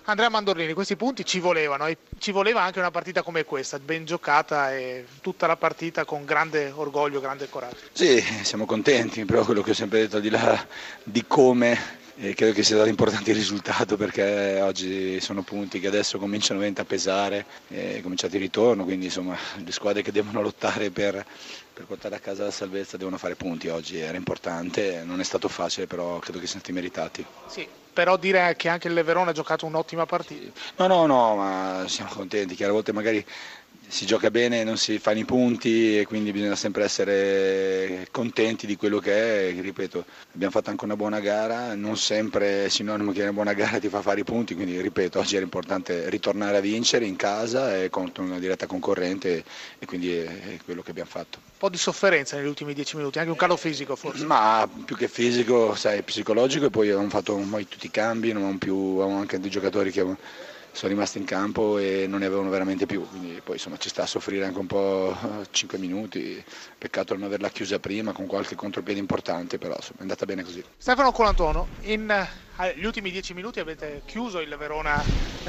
Andrea Mandorlini, questi punti ci volevano e ci voleva anche una partita come questa, ben giocata e tutta la partita con grande orgoglio, grande coraggio. Sì, siamo contenti, però quello che ho sempre detto, al di là di come, credo che sia stato importante il risultato, perché oggi sono punti che adesso cominciano veramente a pesare, è cominciato il ritorno, quindi insomma le squadre che devono lottare per portare a casa la salvezza devono fare punti. Oggi era importante, non è stato facile, però credo che siano stati meritati. Sì, però dire che anche il Verona ha giocato un'ottima partita. No, no, no, ma siamo contenti, che a volte magari si gioca bene e non si fanno i punti e quindi bisogna sempre essere contenti di quello che è. Ripeto, abbiamo fatto anche una buona gara, non sempre è sinonimo che una buona gara ti fa fare i punti, quindi ripeto, oggi era importante ritornare a vincere in casa e contro una diretta concorrente e quindi è quello che abbiamo fatto. Un po' di sofferenza negli ultimi 10 minuti, anche un calo fisico forse. Ma più che fisico, sai, psicologico, e poi avevamo fatto poi tutti i cambi, non avevamo avevamo anche dei giocatori che sono rimasti in campo e non ne avevano veramente più, quindi poi insomma ci sta a soffrire anche un po' 5 minuti, peccato non averla chiusa prima con qualche contropiede importante, però insomma è andata bene così. Stefano Colantuono, negli ultimi 10 minuti avete chiuso il Verona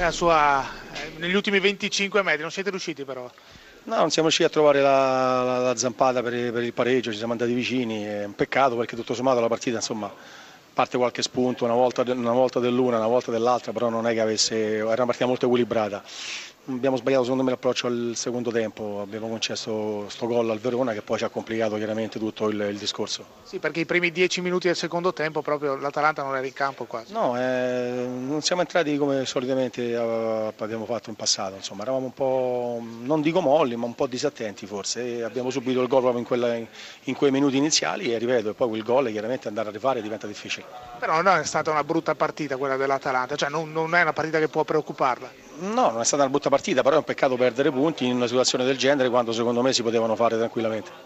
negli ultimi 25 metri, non siete riusciti però. No, non siamo riusciti a trovare la zampata per il pareggio, ci siamo andati vicini, è un peccato perché tutto sommato la partita insomma parte qualche spunto, una volta dell'una, una volta dell'altra, però non è che era una partita molto equilibrata. Abbiamo sbagliato secondo me l'approccio al secondo tempo, abbiamo concesso sto gol al Verona che poi ci ha complicato chiaramente tutto il discorso. Sì, perché i primi 10 minuti del secondo tempo proprio l'Atalanta non era in campo quasi. No, non siamo entrati come solitamente abbiamo fatto in passato, insomma, eravamo un po', non dico molli, ma un po' disattenti forse, e abbiamo subito il gol proprio in quei minuti iniziali e ripeto, e poi quel gol chiaramente andare a rifare diventa difficile. Però non è stata una brutta partita quella dell'Atalanta, cioè non è una partita che può preoccuparla. No, non è stata una brutta partita, però è un peccato perdere punti in una situazione del genere quando secondo me si potevano fare tranquillamente.